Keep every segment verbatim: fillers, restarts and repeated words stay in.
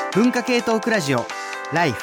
文化系トークラジオライフ。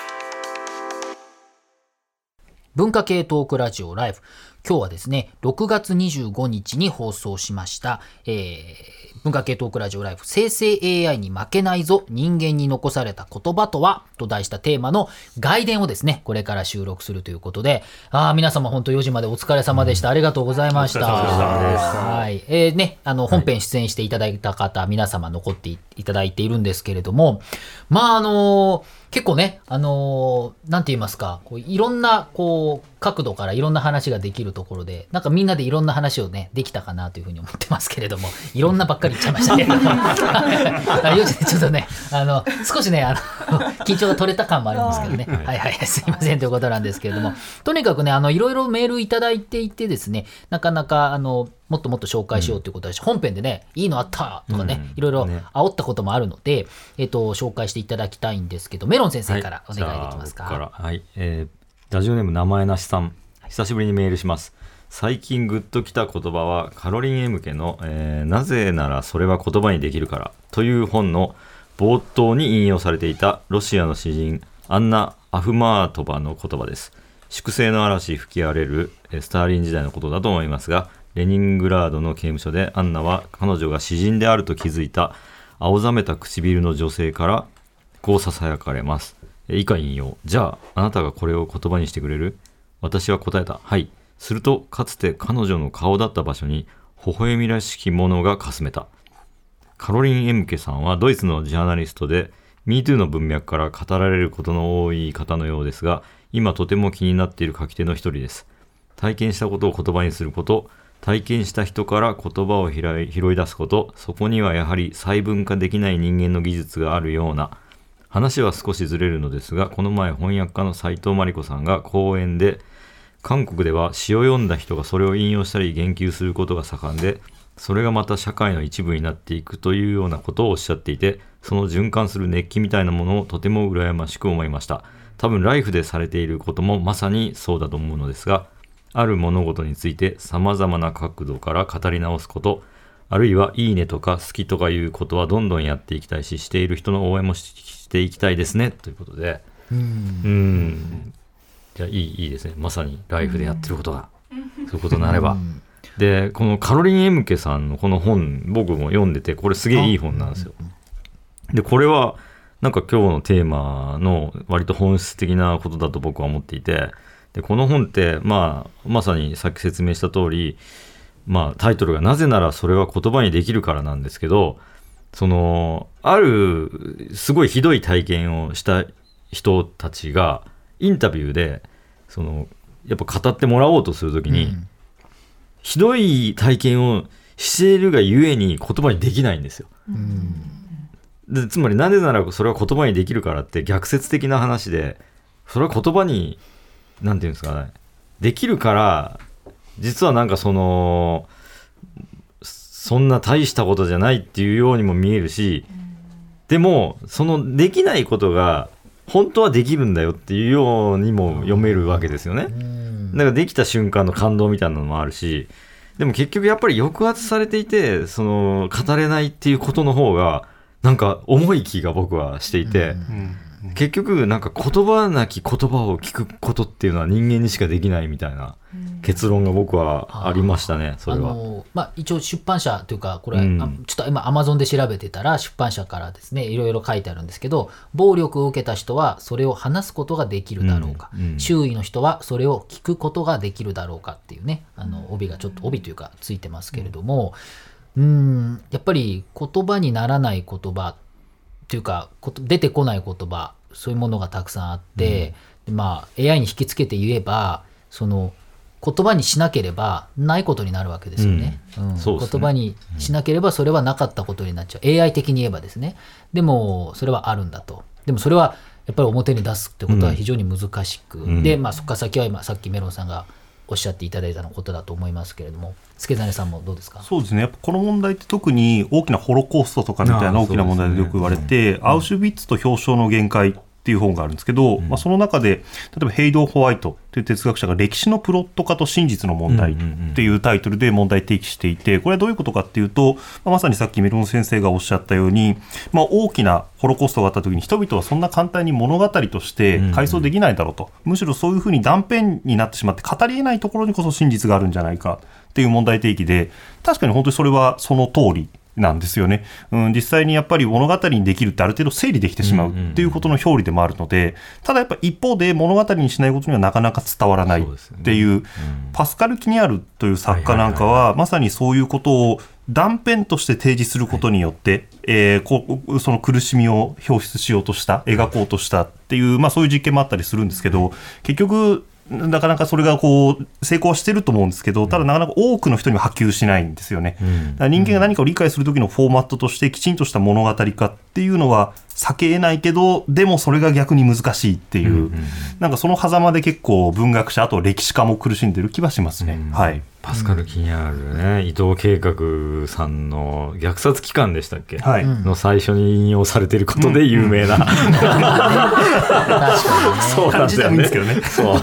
文化系トークラジオライフ。今日はですね、ろくがつにじゅうごにちに放送しました、えー、文化系トークラジオライフ、生成 エーアイ に負けないぞ、人間に残された言葉とはと題したテーマの外伝をですね、これから収録するということで、あ皆様本当よじまでお疲れ様でした、うん、ありがとうございました。はい、えーね、あの本編出演していただいた方、はい、皆様残っていただいているんですけれども、まああのー、結構ね、あのー、なんて言いますか、こういろんなこう角度からいろんな話ができるところで、なんかみんなでいろんな話をねできたかなというふうに思ってますけれども、いろんなばっかり言っちゃいましたけれどもちょっとね、あの少しねあの緊張が取れた感もあるんですけどね、はいはい、すいませんということなんですけれども、とにかくね、あのいろいろメールいただいていてですね、なかなかあのもっともっと紹介しようということだし、うん、本編でねいいのあったとかね、うん、いろいろ煽ったこともあるので、ね、えっと、紹介していただきたいんですけど、メロン先生からお願いできますか。 はい、からはい、えー、ラジオネーム名前なしさん、久しぶりにメールします。最近グッときた言葉はカロリン エム 家の、えー、なぜならそれは言葉にできるからという本の冒頭に引用されていたロシアの詩人アンナ・アフマートバの言葉です。粛清の嵐吹き荒れるスターリン時代のことだと思いますが、レニングラードの刑務所でアンナは彼女が詩人であると気づいた青ざめた唇の女性からこう囁かれます。以下引用。じゃああなたがこれを言葉にしてくれる？私は答えた。はい。するとかつて彼女の顔だった場所に微笑みらしきものがかすめた。カロリン・エムケさんはドイツのジャーナリストで ミートゥー の文脈から語られることの多い方のようですが、今とても気になっている書き手の一人です。体験したことを言葉にすること、体験した人から言葉を拾い、拾い出すこと、そこにはやはり細分化できない人間の技術があるような。話は少しずれるのですが、この前翻訳家の斉藤真理子さんが講演で、韓国では詩を読んだ人がそれを引用したり言及することが盛んで、それがまた社会の一部になっていくというようなことをおっしゃっていて、その循環する熱気みたいなものをとても羨ましく思いました。多分ライフでされていることもまさにそうだと思うのですが、ある物事について様々な角度から語り直すこと、あるいはいいねとか好きとかいうことはどんどんやっていきたいし、している人の応援もしていきたいですねということで、うーん、うーん、いや、いい、いいですね。まさにライフでやってることが、そういうことになれば。で、このカロリン・エムケさんのこの本、僕も読んでて、これすげえいい本なんですよ。で、これはなんか今日のテーマの割と本質的なことだと僕は思っていて、でこの本って、まあ、まさにさっき説明した通り、まあ、タイトルがなぜならそれは言葉にできるからなんですけど、そのあるすごいひどい体験をした人たちがインタビューでそのやっぱ語ってもらおうとするときに、うん、ひどい体験をしているがゆえに言葉にできないんですよ、うん、でつまりなぜならそれは言葉にできるからって逆説的な話で、それは言葉になんていうんですかね、できるから実はなんかそのそんな大したことじゃないっていうようにも見えるし、でもそのできないことが本当はできるんだよっていうようにも読めるわけですよね。だからできた瞬間の感動みたいなのもあるし、でも結局やっぱり抑圧されていてその語れないっていうことの方がなんか重い気が僕はしていて、結局なんか言葉なき言葉を聞くことっていうのは人間にしかできないみたいな結論が僕はありましたね。それはあの、 まあ、一応出版社というかこれ、うん、ちょっと今アマゾンで調べてたら出版社からですねいろいろ書いてあるんですけど、暴力を受けた人はそれを話すことができるだろうか、うんうん、周囲の人はそれを聞くことができるだろうかっていうね、あの帯がちょっと帯というかついてますけれども、うーんやっぱり言葉にならない言葉っていうか出てこない言葉、そういうものがたくさんあって、うん、まあ エーアイ に引き付けて言えばその言葉にしなければないことになるわけですよね、うんうんそうですね。言葉にしなければそれはなかったことになっちゃう、 エーアイ 的に言えばですね。でもそれはあるんだと。でもそれはやっぱり表に出すってことは非常に難しく、うん、で、まあ、そこから先は今さっきメロンさんがおっしゃっていただいたのことだと思いますけれども、助真さんもどうですか。 そうですね、やっぱこの問題って特に大きなホロコーストとかみたいな大きな問題でよく言われて、うん、アウシュビッツと表彰の限界っっていう本があるんですけど、うんまあ、その中で例えばヘイドー・ホワイトという哲学者が歴史のプロット化と真実の問題っていうタイトルで問題提起していて、これはどういうことかっていうと、まあ、まさにさっきメロン先生がおっしゃったように、まあ、大きなホロコーストがあった時に人々はそんな簡単に物語として回想できないだろうと、むしろそういうふうに断片になってしまって語り得ないところにこそ真実があるんじゃないかっていう問題提起で、確かに本当にそれはその通りなんですよね、うん、実際にやっぱり物語にできるってある程度整理できてしまうっていうことの表裏でもあるので、ただやっぱ一方で物語にしないことにはなかなか伝わらないっていう、うん、パスカル・キニャールという作家なんかはまさにそういうことを断片として提示することによって、はいえー、こその苦しみを表出しようとした描こうとしたっていう、まあ、そういう実験もあったりするんですけど、結局なかなかそれがこう成功はしてると思うんですけど、ただなかなか多くの人には波及しないんですよね、うん、だから人間が何かを理解する時のフォーマットとしてきちんとした物語化っていうのは避け得ないけど、でもそれが逆に難しいっていう、うんうん、なんかその狭間で結構文学者あと歴史家も苦しんでる気はしますね、うんはい、 パスカル・キニャールね、伊藤計画さんの虐殺機関でしたっけ、はい、の最初に引用されていることで有名な、うん、確かにねそうなんですよねけどねそう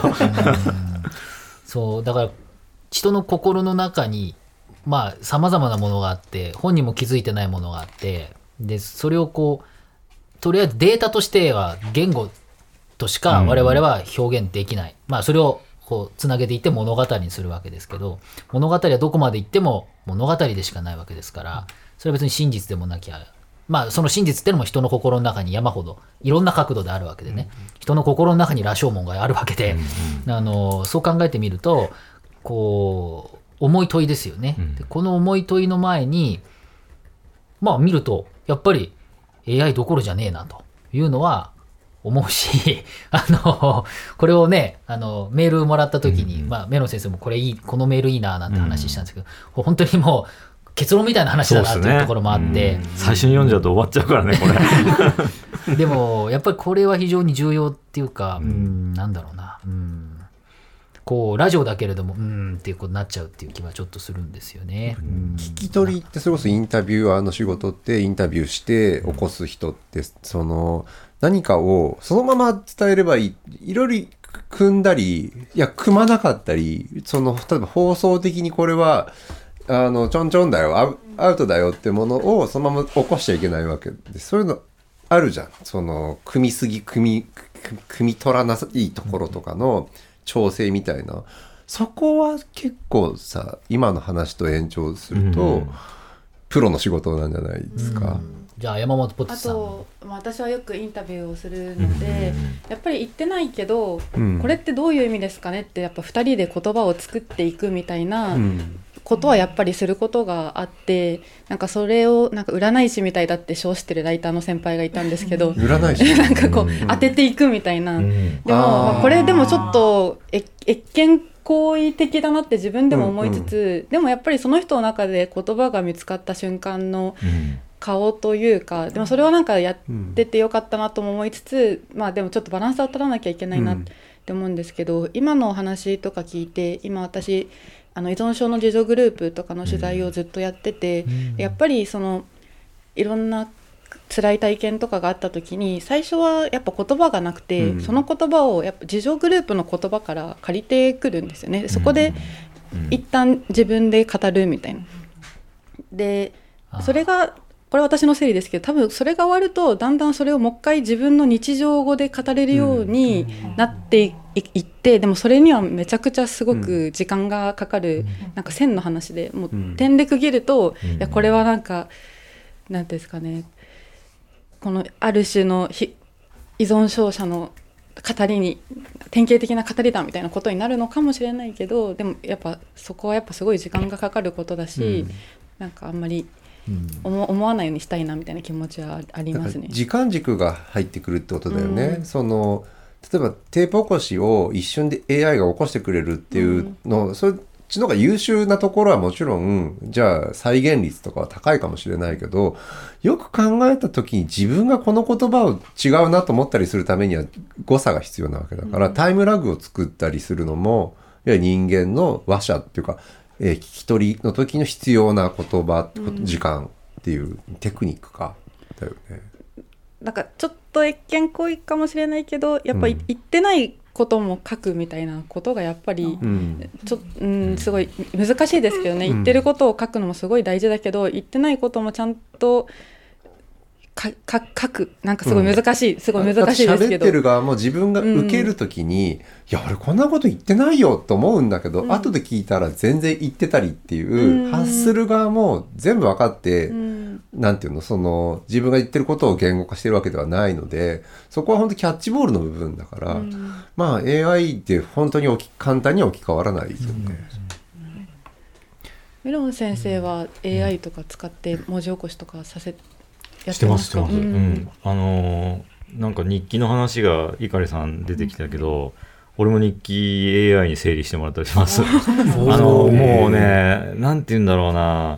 そうだから人の心の中にまあ様々なものがあって、本人も気づいてないものがあって、でそれをこうとりあえずデータとしては言語としか我々は表現できない、うん、まあそれをこうつなげていって物語にするわけですけど、物語はどこまでいっても物語でしかないわけですから、それは別に真実でもなきゃ、まあその真実っていうのも人の心の中に山ほどいろんな角度であるわけでね、うん、人の心の中に羅生門があるわけで、うん、あのそう考えてみるとこう重い問いですよね、うん、でこの重い問いの前にまあ見るとやっぱり エーアイ どころじゃねえなというのは思うしあのこれをねあのメールもらった時に、うんまあ、メロン先生もこれいいこのメールいいななんて話したんですけど、うん、本当にもう結論みたいな話だなというところもあって、ねうん、 最初に読んじゃうと終わっちゃうからねこれでもやっぱりこれは非常に重要っていうか、うん、なんだろうな、うん、こうラジオだけれどもうんっていうことになっちゃうっていう気はちょっとするんですよね、うん、 聞き取りってそれこそインタビュアーの仕事ってインタビューして起こす人ってその何かをそのまま伝えればいい、いろいろ組んだりいや組まなかったり、その例えば放送的にこれはあのちょんちょんだよアウ、アウトだよってものをそのまま起こしちゃいけないわけで、そういうのあるじゃん、その組みすぎ組み組み取らないところとかの調整みたいな、そこは結構さ今の話と延長すると、うん、プロの仕事なんじゃないですか、 うんじゃあ山本ポテチさん。あと、まあ、私はよくインタビューをするので、うん、やっぱり言ってないけど、うん、これってどういう意味ですかねってやっぱふたりで言葉を作っていくみたいなことはやっぱりすることがあって、なんかそれをなんか占い師みたいだって称してるライターの先輩がいたんですけど占い師なんかこう、うん、当てていくみたいな、うん、でも、まあ、これでもちょっとえ越見好意的だなって自分でも思いつつ、うんうん、でもやっぱりその人の中で言葉が見つかった瞬間の、うん顔というか、でもそれはなんかやっててよかったなとも思いつつ、うん、まあでもちょっとバランスを取らなきゃいけないなって思うんですけど、うん、今のお話とか聞いて、今私あの依存症の自助グループとかの取材をずっとやってて、うん、やっぱりそのいろんな辛い体験とかがあった時に最初はやっぱ言葉がなくて、うん、その言葉をやっぱ自助グループの言葉から借りてくるんですよね。そこで一旦自分で語るみたいな。でそれがこれは私の整理ですけど、多分それが終わるとだんだんそれをもう一回自分の日常語で語れるようになっていって、でもそれにはめちゃくちゃすごく時間がかかる、なんか線の話でもう点で区切ると、いやこれはなんかなんていうんですかね、このある種の依存症者の語りに典型的な語りだみたいなことになるのかもしれないけど、でもやっぱそこはやっぱすごい時間がかかることだし、なんかあんまりうん、思, 思わないようにしたいなみたいな気持ちはありますね。 時間軸が入ってくるってことだよね、うん、その例えばテープ起こしを一瞬で エーアイ が起こしてくれるっていうの、うん、そっちの方が優秀なところはもちろんじゃあ再現率とかは高いかもしれないけど、よく考えた時に自分がこの言葉を違うなと思ったりするためには誤差が必要なわけだから、うん、タイムラグを作ったりするのもいや人間の話者っていうかえー、聞き取りの時の必要な言葉、うん、時間っていうテクニックかだよね。 なんかちょっと越見行為かもしれないけどやっぱり言ってないことも書くみたいなことがやっぱりちょ、うん、すごい難しいですけどね、言ってることを書くのもすごい大事だけど言ってないこともちゃんとかか書くなんかすごい難しい、うん、すごい難しいですけど喋ってる側も自分が受けるときに、うん、いや俺こんなこと言ってないよと思うんだけど、うん、後で聞いたら全然言ってたりっていう、うん、発する側も全部分かって、うん、なんていうのその自分が言ってることを言語化してるわけではないのでそこは本当キャッチボールの部分だから、うん、まあ エーアイ って本当に置き簡単には置き換わらないですよね、うんうん、 メロン先生は エーアイ とか使って文字起こしとかさせやっしてますしてます、 うんうん、あのー、なんか日記の話が碇さん出てきたけど、うん、俺も日記 エーアイ に整理してもらったりしますあのもうねなんて言うんだろうな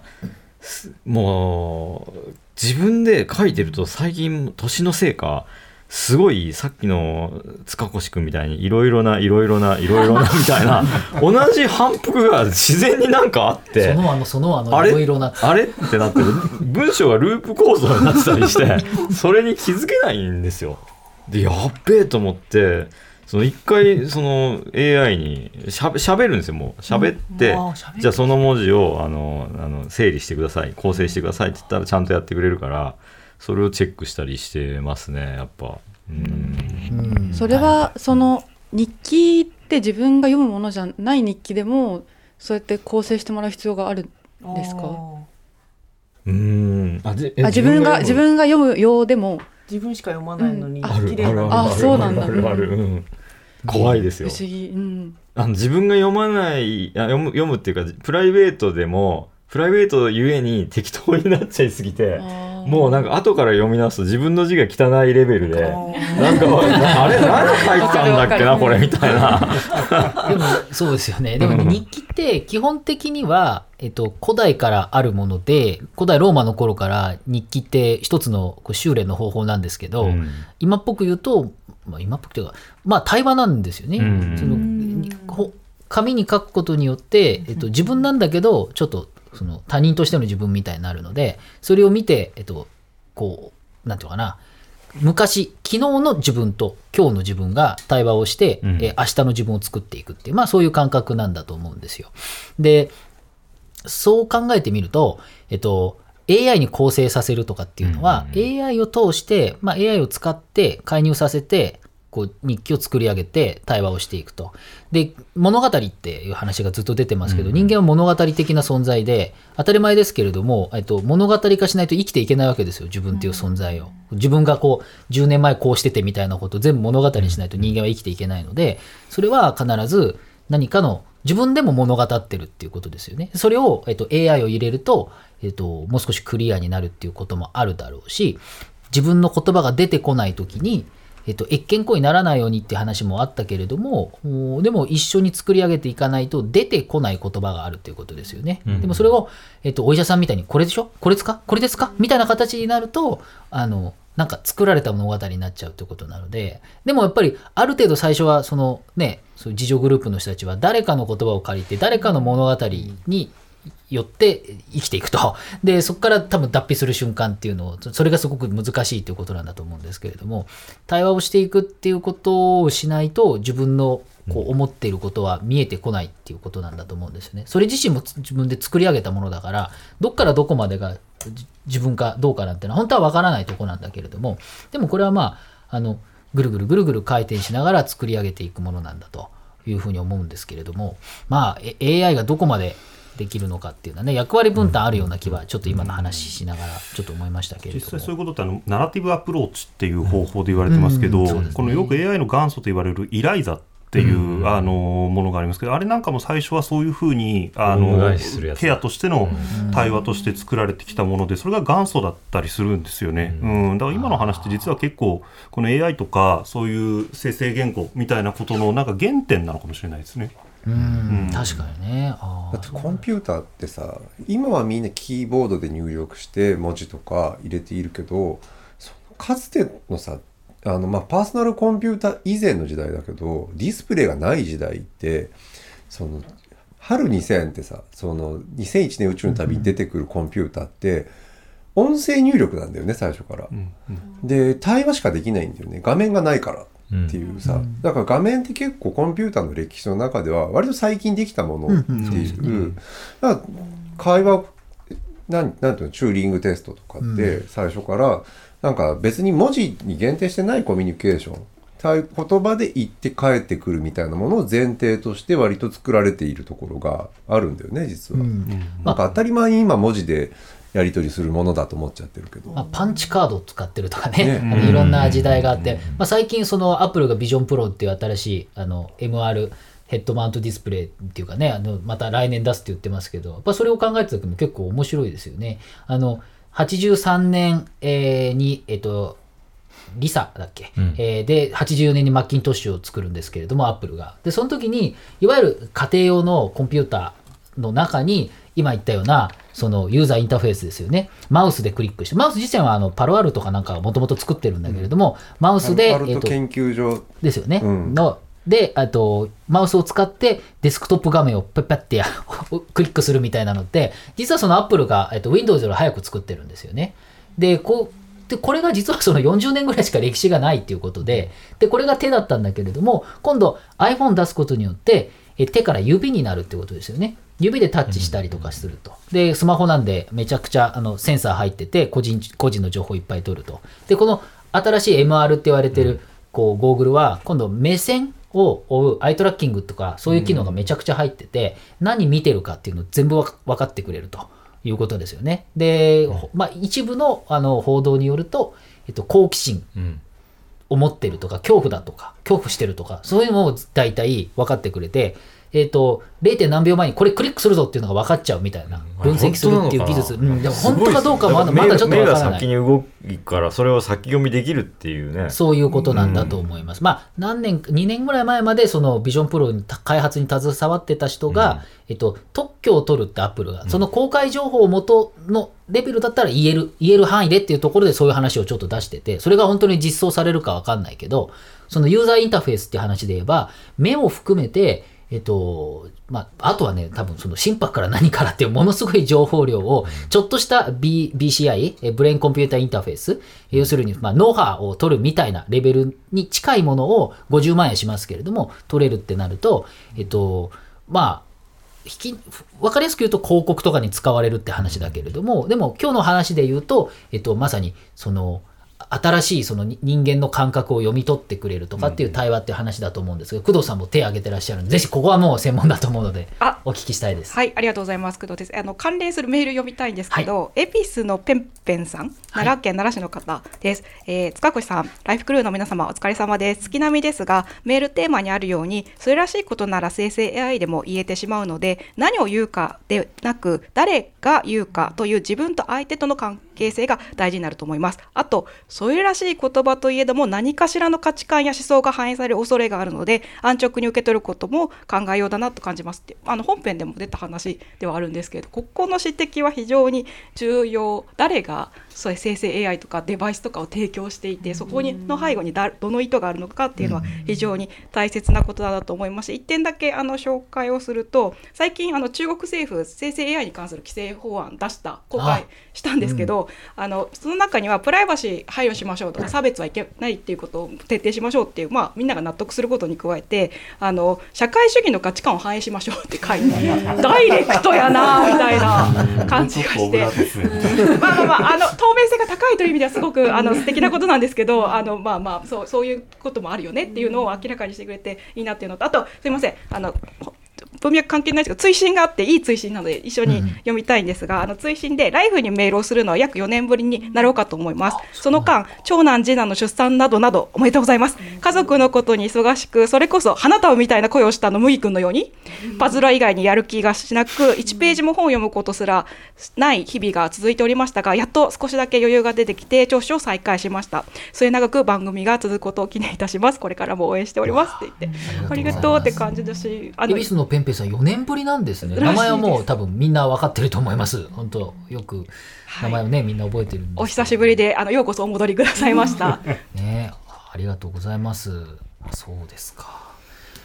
もう自分で書いてると最近年のせいかすごいさっきの塚越くんみたいにいろいろないろいろないろいろなみたいな同じ反復が自然になんかあってそのあのそのあのいろいろなあれってなってる文章がループ構造になってたりしてそれに気づけないんですよ。でやっべえと思ってその一回その エーアイ にしゃべ、しゃべるんですよ。もうしゃべって、うん、じゃあその文字をあのあの整理してください構成してくださいって言ったらちゃんとやってくれるからそれをチェックしたりしてますねやっぱ。 うんそれはその日記って自分が読むものじゃない日記でもそうやって構成してもらう必要があるんですか？ うーんあじあ自分が自分が読むようでも自分しか読まないのに、 うん、 あるあるあそうなんだあるある、うん、怖いですよ。 不思議、うん、 あの自分が読まないあ読む読むっていうかプライベートでもプライベートゆえに適当になっちゃいすぎてもうなんか後から読み直すと自分の字が汚いレベルでなんかあれ何書いたんだっけなこれみたいなでもそうですよね。でも、ね、日記って基本的には、えっと、古代からあるもので古代ローマの頃から日記って一つのこう修練の方法なんですけど、うん、今っぽく言うと、まあ、今っぽくというかまあ対話なんですよね、うん、その紙に書くことによって、えっと、自分なんだけどちょっとその他人としての自分みたいになるのでそれを見て、えっと、こうなんていうかな昔昨日の自分と今日の自分が対話をして、うん、え明日の自分を作っていくっていう、まあ、そういう感覚なんだと思うんですよ。でそう考えてみると、えっと、エーアイ に構成させるとかっていうのは、うん、エーアイ を通して、まあ、エーアイ を使って介入させてこう日記を作り上げて対話をしていくと。で物語っていう話がずっと出てますけど、うん、人間は物語的な存在で当たり前ですけれども、えっと、物語化しないと生きていけないわけですよ自分っていう存在を。自分がこうじゅうねんまえこうしててみたいなことを全部物語にしないと人間は生きていけないのでそれは必ず何かの自分でも物語ってるっていうことですよね。それを、えっと、エーアイ を入れると、えっと、もう少しクリアになるっていうこともあるだろうし自分の言葉が出てこないときにえっと、越見行為にならないようにって話もあったけれどもでも一緒に作り上げていかないと出てこない言葉があるということですよね、うん、でもそれを、えっと、お医者さんみたいにこれでしょこれですかこれですかみたいな形になるとあのなんか作られた物語になっちゃうということなのででもやっぱりある程度最初はそのねそういう自助グループの人たちは誰かの言葉を借りて誰かの物語によって生きていくとでそこから多分脱皮する瞬間っていうのをそれがすごく難しいということなんだと思うんですけれども対話をしていくっていうことをしないと自分のこう思っていることは見えてこないっていうことなんだと思うんですよね。それ自身も自分で作り上げたものだからどっからどこまでが自分かどうかなんてのは本当は分からないところなんだけれどもでもこれはまああのぐるぐるぐるぐる回転しながら作り上げていくものなんだというふうに思うんですけれどもまあ エーアイ がどこまでできるのかっていうのはね役割分担あるような気はちょっと今の話しながらちょっと思いましたけれども実際そういうことってあのナラティブアプローチっていう方法で言われてますけど、うんうんね、このよく エーアイ の元祖と言われるイライザっていう、うん、あのものがありますけどあれなんかも最初はそういうふうにあのケアとしての対話として作られてきたものでそれが元祖だったりするんですよね、うんうん、だから今の話って実は結構この エーアイ とかそういう生成言語みたいなことのなんか原点なのかもしれないですね。 うんうん、確かにねあだってコンピューターってさ今はみんなキーボードで入力して文字とか入れているけどそのかつてのさあの、まあ、パーソナルコンピューター以前の時代だけどディスプレイがない時代ってその春にせんってさそのにせんいちねん宇宙の旅に出てくるコンピューターって音声入力なんだよね最初から、 うんうん、 で対話しかできないんだよね、画面がないからっていうさ、うん、だから画面って結構コンピューターの歴史の中では割と最近できたものっていう、うんうん、だから会話なんなんていうのチューリングテストとかって最初からなんか別に文字に限定してないコミュニケーション、言葉で言って帰ってくるみたいなものを前提として割と作られているところがあるんだよね実は、うん、なんか当たり前に今文字でやり取りするものだと思っちゃってるけど、 まあ、パンチカードを使ってるとか ね, ねあのいろんな時代があって、まあ、最近そのアップルがビジョンプロっていう新しいあの エムアール ヘッドマウントディスプレイっていうかね、あのまた来年出すって言ってますけど、やっぱそれを考えてた時も結構面白いですよね。あのはちじゅうさんねん、えー、にえっとリサだっけ、うん、えー、ではちじゅうよねんにマッキントッシュを作るんですけれどもアップルがでその時にいわゆる家庭用のコンピューターの中に今言ったようなそのユーザーインターフェースですよね。マウスでクリックして、マウス自体はあのパロアルトかなんかもともと作ってるんだけれども、うん、マウスでパロアルト研究所、 えー、ですよね、 うん、 のであとマウスを使ってデスクトップ画面をペッペッてやクリックするみたいなのって実はそのアップルが、えっと、Windows より早く作ってるんですよね。でこうでこれが実はそのよんじゅうねんぐらいしか歴史がないっていうことで、でこれが手だったんだけれども、今度 iPhone 出すことによってえ手から指になるってことですよね。指でタッチしたりとかすると。でスマホなんでめちゃくちゃあのセンサー入ってて個人個人の情報いっぱい取ると。でこの新しい エムアール って言われてるこうゴーグルは今度目線を追うアイトラッキングとかそういう機能がめちゃくちゃ入ってて、何見てるかっていうのを全部分かってくれるということですよね。で、まあ、一部 の, あの報道によると、えっと、好奇心を持ってるとか恐怖だとか恐怖してるとかそういうのを大体分かってくれて、えっと、れい. 何秒前にこれクリックするぞっていうのが分かっちゃうみたいな分析するっていう技術、うん、でも本当かどうかまだまだちょっと分からない。 目が先に動くからそれを先読みできるっていうね、 そういうことなんだと思います、うん、まあ何年にねんぐらい前までそのビジョンプロに開発に携わってた人が、うんえっと、特許を取るってアップルが、うん、その公開情報を元のレベルだったら言える言える範囲でっていうところでそういう話をちょっと出してて、それが本当に実装されるか分かんないけど、そのユーザーインターフェースって話で言えば目を含めてえっとまあ、あとはね多分その心拍から何からっていうものすごい情報量をちょっとした、B、ビーシーアイ ブレインコンピューターインターフェース、要するに、まあ、脳波を取るみたいなレベルに近いものをごじゅうまんえんしますけれども取れるってなると、えっとまあ引き分かりやすく言うと広告とかに使われるって話だけれども、でも今日の話で言うと、えっと、まさにその新しいその人間の感覚を読み取ってくれるとかっていう対話っていう話だと思うんですが、うん、工藤さんも手を挙げてらっしゃるので、ぜひここはもう専門だと思うのでお聞きしたいです。 はい、ありがとうございます。工藤です。あの関連するメール読みたいんですけど、はい、エピスのペンペンさん、奈良県奈良市の方です。はい、えー、塚越さん、ライフクルーの皆様お疲れ様です。月並みですが、メールテーマにあるようにそれらしいことなら生成 エーアイ でも言えてしまうので、何を言うかでなく誰が言うかという自分と相手との関係性が大事になると思います。あとそれらしい言葉といえども何かしらの価値観や思想が反映される恐れがあるので、安直に受け取ることも考えようだなと感じますって、あの本編でも出た話ではあるんですけど、ここの指摘は非常に重要。誰がそういう生成 エーアイ とかデバイスとかを提供していて、そこにの背後にだどの意図があるのかっていうのは非常に大切なことだなと思いますし、一点だけあの紹介をすると、最近あの中国政府生成 エーアイ に関する規制法案出した公開したんですけど、あ、うん、あのその中にはプライバシー配慮しましょうとか差別はいけないっていうことを徹底しましょうっていう、まあ、みんなが納得することに加えて、あの社会主義の価値観を反映しましょうって書いてダイレクトやなみたいな感じがしてまあまあまあ、あの透明性が高いという意味ではすごくあの素敵なことなんですけど、あのまあまあそう、そういうこともあるよねっていうのを明らかにしてくれていいなっていうのと、あとすいません、あの文脈関係ないですけど追伸があっていい追伸なので一緒に読みたいんですが、うん、あの追伸でライフにメールをするのは約よねんぶりになろうかと思います。その間長男次男の出産などなどおめでとうございます。家族のことに忙しく、それこそ花束みたいな声をしたの麦君のようにパズル以外にやる気がしなくいちページも本を読むことすらない日々が続いておりましたが、やっと少しだけ余裕が出てきて聴取を再開しました。末永く番組が続くことを記念いたします。これからも応援しておりますって言ってありがとうって感じだし、 恵比寿のペンペンさんよねんぶりなんですね。名前はもう多分みんな分かってると思います。本当よく名前をね、はい、みんな覚えてるんです。 お久しぶりであのようこそお戻りくださいましたね、ありがとうございます。そうですか。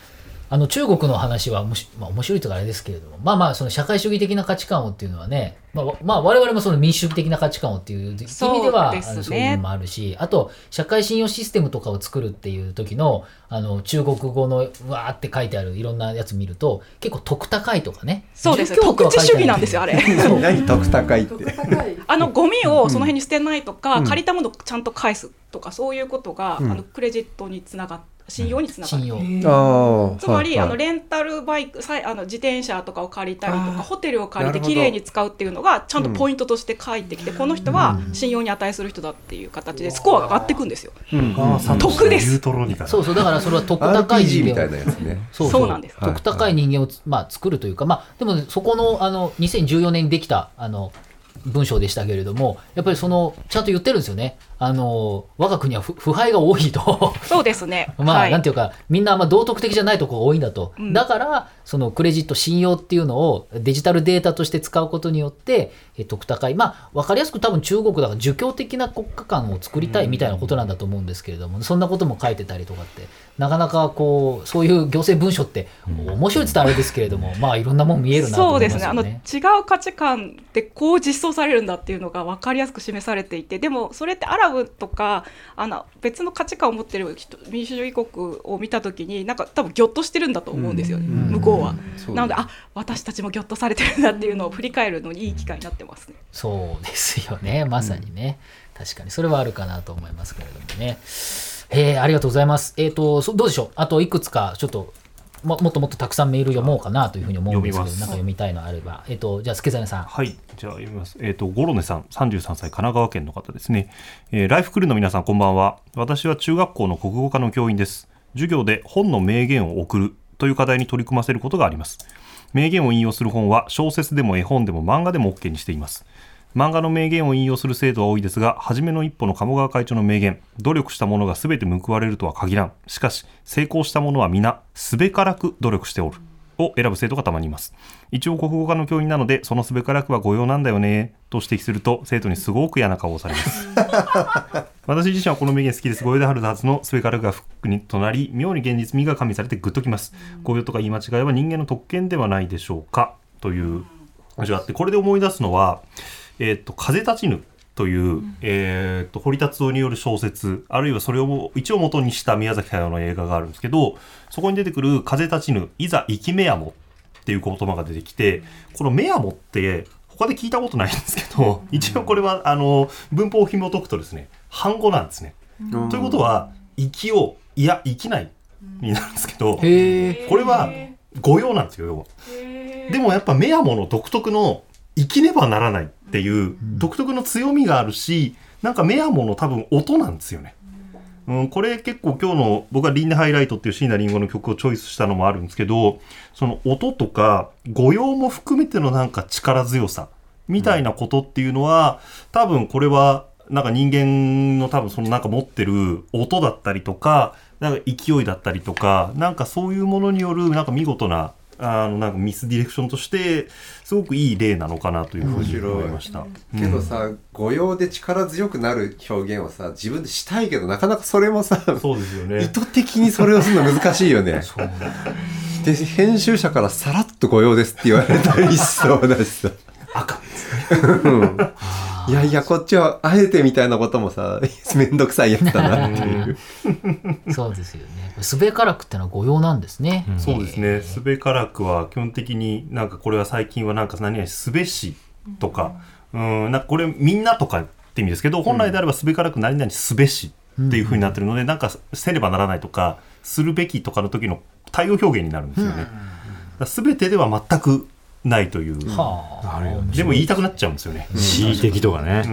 あの中国の話はもし、まあ、面白いとかあれですけれども、まあまあその社会主義的な価値観をっていうのはね、まあ、まあ、我々もその民主主義的な価値観をっていう意味ではそうですね、あのそういうのもあるし、あと社会信用システムとかを作るっていう時のあの中国語のわーって書いてあるいろんなやつ見ると結構得高いとかね。 そうですね、得地主義なんですよあれ。 何得高いって。 あのゴミをその辺に捨てないとか、うん、借りたものをちゃんと返すとかそういうことが、うん、あのクレジットにつながって信用につながる、うん、つまり、はいはい、あのレンタルバイクあの自転車とかを借りたりとかホテルを借りてきれいに使うっていうのがちゃんとポイントとして返ってきて、うん、この人は信用に値する人だっていう形でスコアが上がっていくんですよ、うん、得です。 そうそう、だからそれは得高い人間をアールピージー みたいなやつね。 そうそうなんです。得高い人間を、まあ、作るというか、まあ、でもそこの、あのにせんじゅうよねんにできたあの文章でしたけれども、やっぱりそのちゃんと言ってるんですよね。あの我が国は腐敗が多いと。 そうですね。 まあ、 はい、 なんていうかみんなあんま道徳的じゃないところが多いんだと、うん、だからそのクレジット信用っていうのをデジタルデータとして使うことによって得高い、まあ分かりやすく多分中国だから儒教的な国家観を作りたいみたいなことなんだと思うんですけれども、うん、そんなことも書いてたりとかってなかなかこうそういう行政文書って面白いって言ったらあれですけれども、まあいろんなもん見えるなと思いますよね。 そうですね。あの違う価値観でこう実装されるんだっていうのが分かりやすく示されていて、でもそれってアラブとかあの別の価値観を持っている人民主主義国を見たときになんか多分ギョッとしてるんだと思うんですよね、うん、向こうは。うなのであ私たちもギョッとされてるんだっていうのを振り返るのにいい機会になってますね。 そうですよね、まさにね、うん、確かにそれはあるかなと思いますけれどもね。えー、ありがとうございます。えーとどうでしょう、あといくつかちょっと も, もっともっとたくさんメール読もうかなというふうに思うんですけど、なんか読みたいのあれば、えー、とじゃあ助真さん。 はい、じゃあ読みます。えーとゴロネさん、さんじゅうさんさい、神奈川県の方ですね。えー、ライフクルーの皆さんこんばんは。私は中学校の国語科の教員です。授業で本の名言を送るという課題に取り組ませることがあります。名言を引用する本は小説でも絵本でも漫画でも OK にしています。漫画の名言を引用する生徒は多いですが、初めの一歩の鴨川会長の名言、努力した者が全て報われるとは限らん。しかし成功した者は皆すべからく努力しておるを選ぶ生徒がたまにいます。一応国語科の教員なので、そのすべからくは誤用なんだよねと指摘すると生徒にすごく嫌な顔をされます私自身はこの名言好きです。誤用であるはずのすべからくがフックにとなり、妙に現実味が加味されてグッときます。誤用とか言い間違いは人間の特権ではないでしょうかという話があって、これで思い出すのはえー、と風立ちぬという、うん、えー、と堀達夫による小説、あるいはそれを一応元にした宮崎駿の映画があるんですけど、そこに出てくる風立ちぬいざ生きめやもっていう言葉が出てきて、このめやもって他で聞いたことないんですけど、一応これはあの文法を紐解くとですね、反語なんですね、うん、ということは生きよういや生きないになるんですけど、これは誤用なんですよ、要は。でもやっぱめやもの独特の生きねばならないっていう独特の強みがあるし、なんかメアモの多分音なんですよね、うん、これ結構今日の僕はリンネハイライトっていう椎名林檎の曲をチョイスしたのもあるんですけど、その音とか語用も含めてのなんか力強さみたいなことっていうのは、多分これはなんか人間の多分そのなんか持ってる音だったりとか、なんか勢いだったりとか、なんかそういうものによるなんか見事なあのなんかミスディレクションとしてすごくいい例なのかなというふうに思いました。 けどさ、うん、語用で力強くなる表現をさ自分でしたいけど、なかなかそれもさ、 そうですよね、 意図的にそれをするの難しいよねそうで編集者からさらっと語用ですって言われたりしそうだしさ赤いやいやこっちはあえてみたいなこともさめんどくさいやつだなっていうそうですよね。すべからくってのは語用なんですね、 うん、そうですね。すべからくは基本的になんかこれは最近はなんか何々すべしとか、うん、うんなんかこれみんなとかって意味ですけど、本来であればすべからく何々すべしっていう風になってるので、うん、なんかせねばならないとかするべきとかの時の対応表現になるんですよね、うん、すべてでは全くないという、はあ、でも言いたくなっちゃうんですよね。 恣意的とかね、 うん、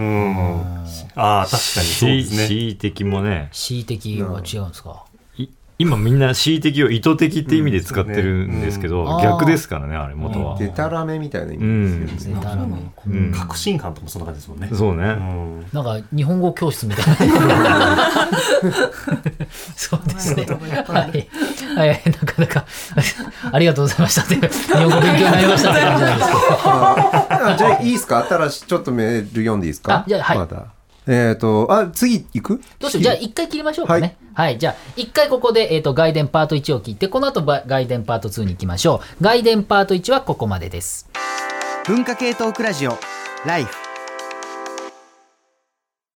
ああ確かにそうですね。 恣意的もね、 恣意的は違うんですか。 今みんな恣意的を意図的って意味で使ってるんですけど、うんねうん、逆ですからね、あれ元は。 デタラメみたいな意味ですよね。 デタラメ、 うん、確信犯ともそんな感じですもんね。 そうね、うん、 なんか日本語教室みたいなそうですね、はい、はい、なかなかありがとうございましたって日本語勉強になりましたって感じなんですけどあじゃあいいですか、新しいちょっとメール読んでいいですか。 あじゃあ、はい、 まだえっ、と、あ、次行く？ どうしよう。じゃあ一回切りましょうかね。はい。はい、じゃあ一回ここで、えっ、と、外伝パートいちを切って、この後外伝パートにに行きましょう。外伝パートいちはここまでです。 文化系トークラジオライフ